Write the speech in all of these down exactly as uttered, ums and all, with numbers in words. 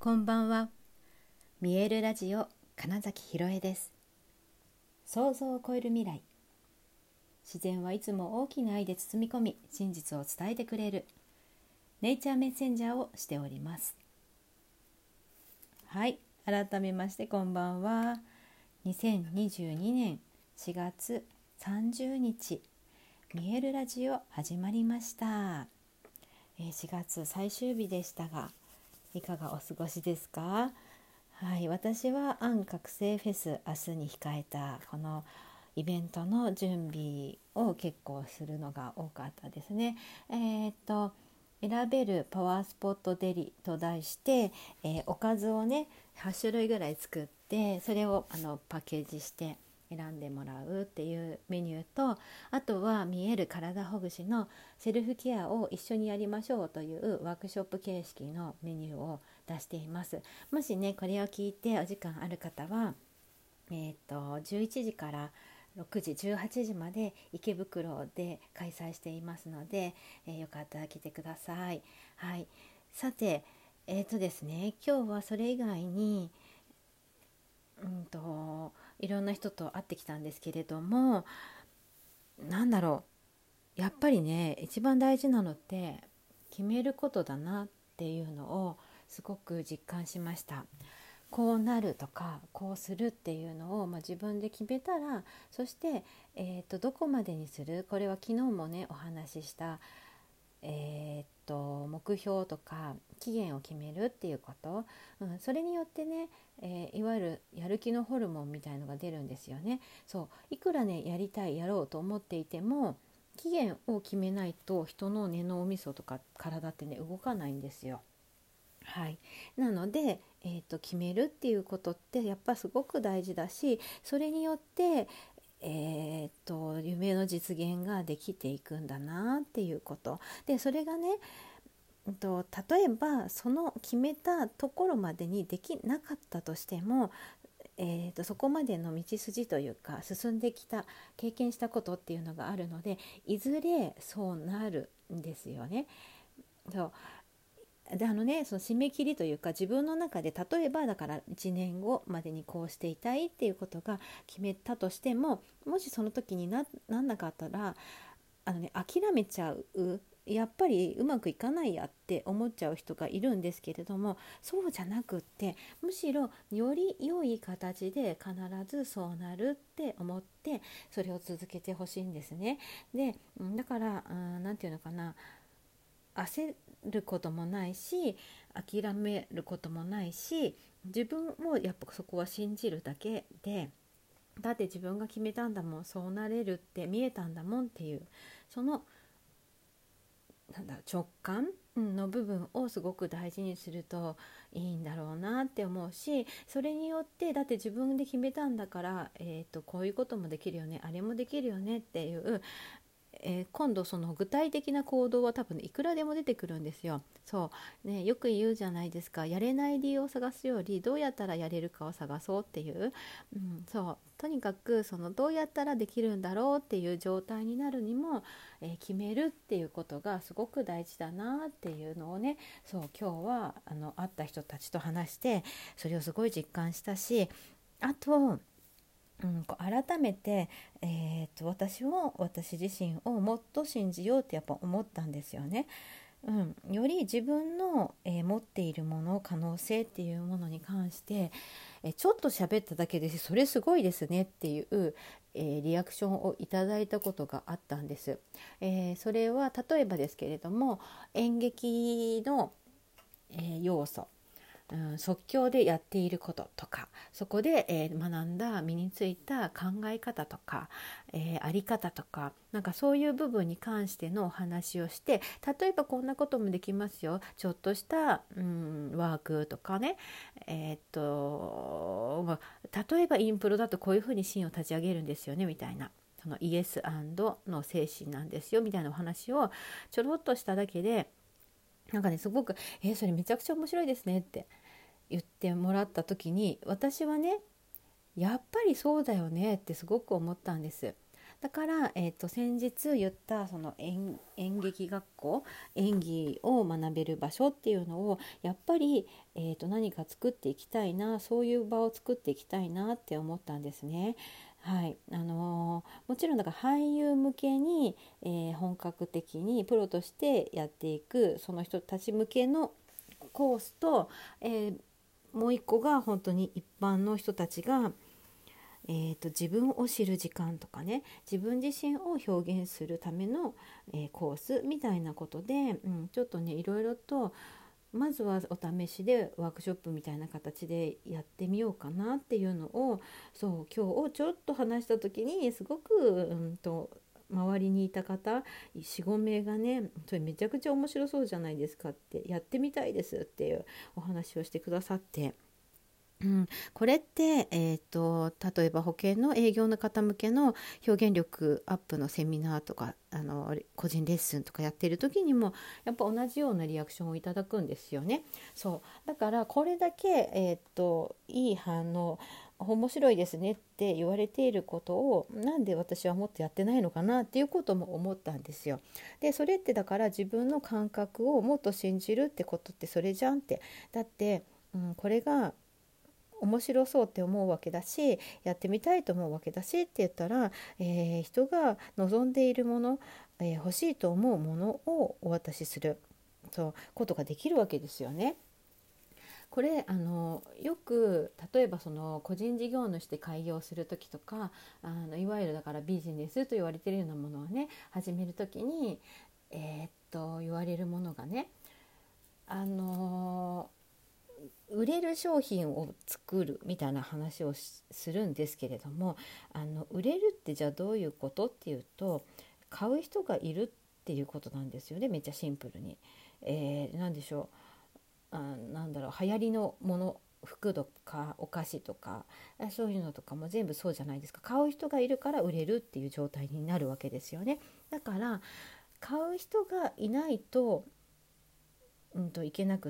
こんばんは。見えるラジオ金崎ひろえです。想像を超える未来。自然はいつも大きな愛で包み込み、真実を伝えてくれるネイチャーメッセンジャーをしております。はい、改めましてこんばんは。にせんにじゅうにねんしがつさんじゅうにち、見えるラジオ始まりました。しがつ最終日でしたが、いかがお過ごしですか？はい、私はアン覚醒フェス明日に控えたこのイベントの準備を結構するのが多かったですね。えー、っと選べるパワースポットデリと題して、えー、おかずをねはちしゅるいぐらい作って、それをあのパッケージして選んでもらうっていうメニューと、あとは見える体ほぐしのセルフケアを一緒にやりましょうというワークショップ形式のメニューを出しています。もしねこれを聞いてお時間ある方は、えー、とじゅういちじからろくじじゅうはちじまで池袋で開催していますので、えー、よかったら来てください。はい、さてえーとですね今日はそれ以外にうんといろんな人と会ってきたんですけれども、なんだろう、やっぱりね一番大事なのって決めることだなっていうのをすごく実感しました。こうなるとかこうするっていうのを、まあ、自分で決めたら、そして、えー、とどこまでにする、これは昨日もねお話しした、えー、と目標とか期限を決めるっていうこと、うん、それによってね、えーいわゆるやる気のホルモンみたいのが出るんですよね。そういくらねやりたいやろうと思っていても、期限を決めないと人の根のお味噌とか体ってね動かないんですよ。はい、なので、えーと、決めるっていうことってやっぱすごく大事だし、それによって、えーと、夢の実現ができていくんだなっていうことで、それがね、えーと、例えばその決めたところまでにできなかったとしても、えーと、そこまでの道筋というか進んできた経験したことっていうのがあるので、いずれそうなるんですよね。そうであのね、その締め切りというか、自分の中で例えばだからいちねんごまでにこうしていたいっていうことが決めたとしても、もしその時に な, なんなかったらあの、ね、諦めちゃう、やっぱりうまくいかないやって思っちゃう人がいるんですけれども、そうじゃなくって、むしろより良い形で必ずそうなるって思ってそれを続けてほしいんですね。でだから何て言うのかな、焦ることもないし諦めることもないし、自分もやっぱそこは信じるだけで、だって自分が決めたんだもん、そうなれるって見えたんだもんっていう、そのなんだ直感の部分をすごく大事にするといいんだろうなって思うし、それによってだって自分で決めたんだから、えーと、こういうこともできるよね、あれもできるよねっていうえー、今度その具体的な行動は多分、ね、いくらでも出てくるんですよ。そう、ね、よく言うじゃないですか、やれない理由を探すよりどうやったらやれるかを探そうっていう、うん、そうとにかくそのどうやったらできるんだろうっていう状態になるにも、えー、決めるっていうことがすごく大事だなっていうのをね、そう今日はあの会った人たちと話してそれをすごい実感したし、あとうん、こう改めて、えー、と私も私自身をもっと信じようってやっぱ思ったんですよね。うん、より自分の、えー持っているもの、可能性っていうものに関して、えーちょっと喋っただけでそれすごいですねっていう、えーリアクションをいただいたことがあったんです。えーそれは例えばですけれども、演劇の、えー要素、うん、即興でやっていることとか、そこで、えー学んだ身についた考え方とか、えーあり方とか、なんかそういう部分に関してのお話をして、例えばこんなこともできますよ、ちょっとした、うん、ワークとかね、えーっとまあ、例えばインプロだとこういうふうにシーンを立ち上げるんですよねみたいな、そのイエスアンドの精神なんですよみたいなお話をちょろっとしただけで、なんかねすごくえー、それめちゃくちゃ面白いですねって言ってもらった時に、私はねやっぱりそうだよねってすごく思ったんです。だだから、えー、と先日言ったその 演, 演劇学校、演技を学べる場所っていうのをやっぱり、えー、と何か作っていきたいな、そういう場を作っていきたいなって思ったんですね。はい、あのーもちろんだから俳優向けに、えー本格的にプロとしてやっていくその人たち向けのコースと、えーもう一個が本当に一般の人たちが、えーと、自分を知る時間とかね、自分自身を表現するための、えーコースみたいなことで、うん、ちょっとねいろいろとまずはお試しでワークショップみたいな形でやってみようかなっていうのを、そう今日ちょっと話した時にすごく、うんと周りにいた方 よん,ご 名がね、それめちゃくちゃ面白そうじゃないですかって、やってみたいですっていうお話をしてくださって、うん、これって、えーと、例えば保険の営業の方向けの表現力アップのセミナーとか、あの個人レッスンとかやってる時にもやっぱ同じようなリアクションをいただくんですよね。そうだからこれだけ、えーと、いい反応、面白いですねって言われていることをなんで私はもっとやってないのかなっていうことも思ったんですよ。でそれってだから自分の感覚をもっと信じるってことってそれじゃんって。だって、うん、これが面白そうって思うわけだし、やってみたいと思うわけだしって言ったら、えー人が望んでいるもの、えー欲しいと思うものをお渡しするそうことができるわけですよね。これあのよく例えばその個人事業主で開業する時とか、あのいわゆるだからビジネスと言われているようなものをね始める時に、えーっと言われるものがね、あの売れる商品を作るみたいな話をするんですけれども、あの売れるってじゃあどういうことっていうと、買う人がいるっていうことなんですよね。めっちゃシンプルに、えー、何でしょう、あなんだろう、流行りのもの、服とかお菓子とかそういうのとかも全部そうじゃないですか。買う人がいるから売れるっていう状態になるわけですよね。だから買う人がいないとうんといけなくって、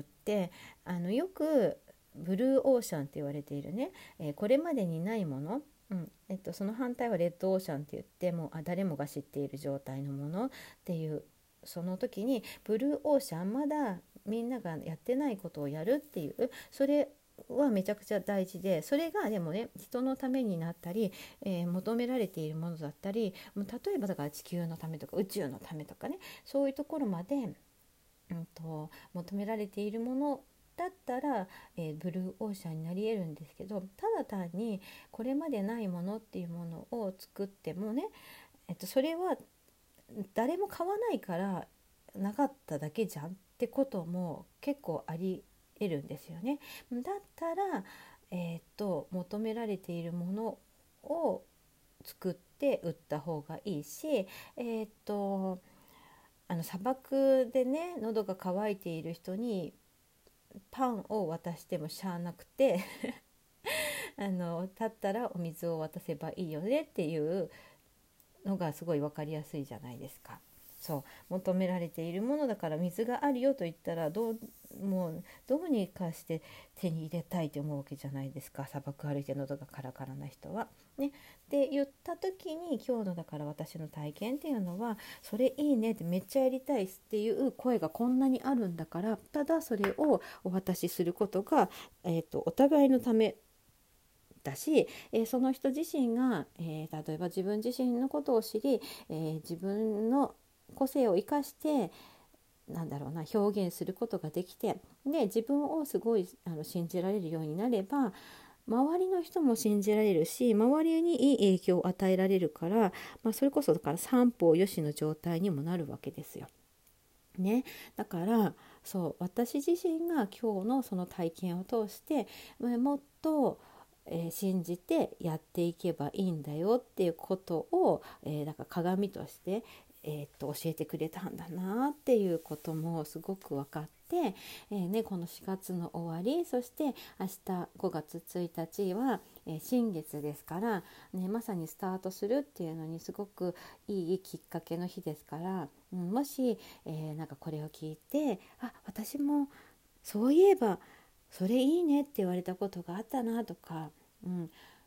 あのよくブルーオーシャンって言われているね、えーこれまでにないもの、うんえっと、その反対はレッドオーシャンって言って、もうあ誰もが知っている状態のものっていう、その時にブルーオーシャン、まだみんながやってないことをやるっていう、それはめちゃくちゃ大事で、それがでもね人のためになったり、えー求められているものだったり、もう例えばだから地球のためとか宇宙のためとかね、そういうところまでうんと求められているものだったら、えーブルーオーシャンになり得るんですけど、ただ単にこれまでないものっていうものを作ってもね、えっと、それは誰も買わないからなかっただけじゃんってことも結構あり得るんですよね。だったら、えーっと求められているものを作って売った方がいいし、えーっとあの砂漠でね喉が渇いている人にパンを渡してもしゃあなくてあの立ったらお水を渡せばいいよねっていうのがすごい分かりやすいじゃないですか。そう求められているものだから、水があるよと言ったらどうもうどうにかして手に入れたいと思うわけじゃないですか、砂漠歩いて喉がカラカラな人は。ね、で言った時に今日のだから私の体験っていうのは、それいいねってめっちゃやりたいっていう声がこんなにあるんだから、ただそれをお渡しすることが、えーと、お互いのためだし、えーその人自身が、えー例えば自分自身のことを知り、えー自分の個性を生かしてなんだろうな表現することができて、で自分をすごいあの信じられるようになれば、周りの人も信じられるし、周りにいい影響を与えられるから、まあ、それこそだから三方よしの状態にもなるわけですよ。ね、だからそう私自身が今日のその体験を通して、まあもっと、えー信じてやっていけばいいんだよっていうことを、えーだから鏡として、えーっと教えてくれたんだなっていうこともすごく分かって、えーね、このしがつの終わり、そして明日ごがつついたちは、えー新月ですから、ね、まさにスタートするっていうのにすごくいいきっかけの日ですから、うん、もし、えーなんかこれを聞いて、あ私もそういえばそれいいねって言われたことがあったなとか、うん、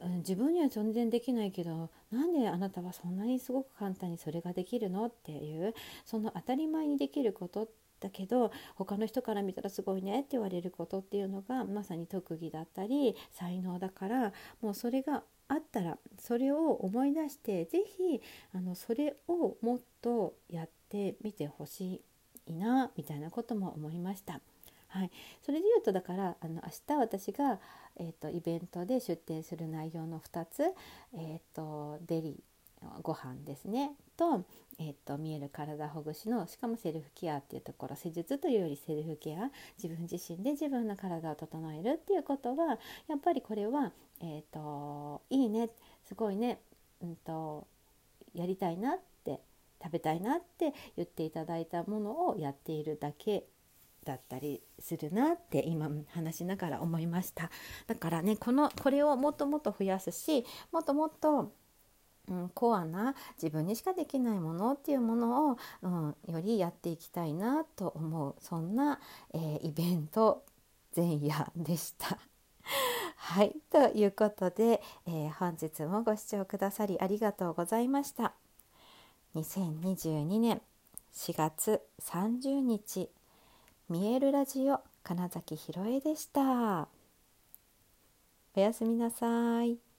うん、自分には全然できないけど、なんであなたはそんなにすごく簡単にそれができるのっていう、その当たり前にできることだけど他の人から見たらすごいねって言われることっていうのがまさに特技だったり才能だから、もうそれがあったらそれを思い出して、ぜひあのそれをもっとやってみてほしいなみたいなことも思いました。はい、それで言うとだからあの明日私が、えー、とイベントで出展する内容のふたつ、えー、とデリご飯ですねと、えー、と見える体ほぐしの、しかもセルフケアっていうところ、施術というよりセルフケア、自分自身で自分の体を整えるっていうことはやっぱりこれは、えー、といいね、すごいね、うんとやりたいなって食べたいなって言っていただいたものをやっているだけだったりするなって今話しながら思いました。だからね、このこれをもっともっと増やすし、もっともっと、うん、コアな自分にしかできないものっていうものを、うん、よりやっていきたいなと思う、そんな、えー、イベント前夜でしたはい、ということで、えー、本日もご視聴くださりありがとうございました。にせんにじゅうにねんしがつさんじゅうにち、見えるラジオ金崎ひろえでした。おやすみなさい。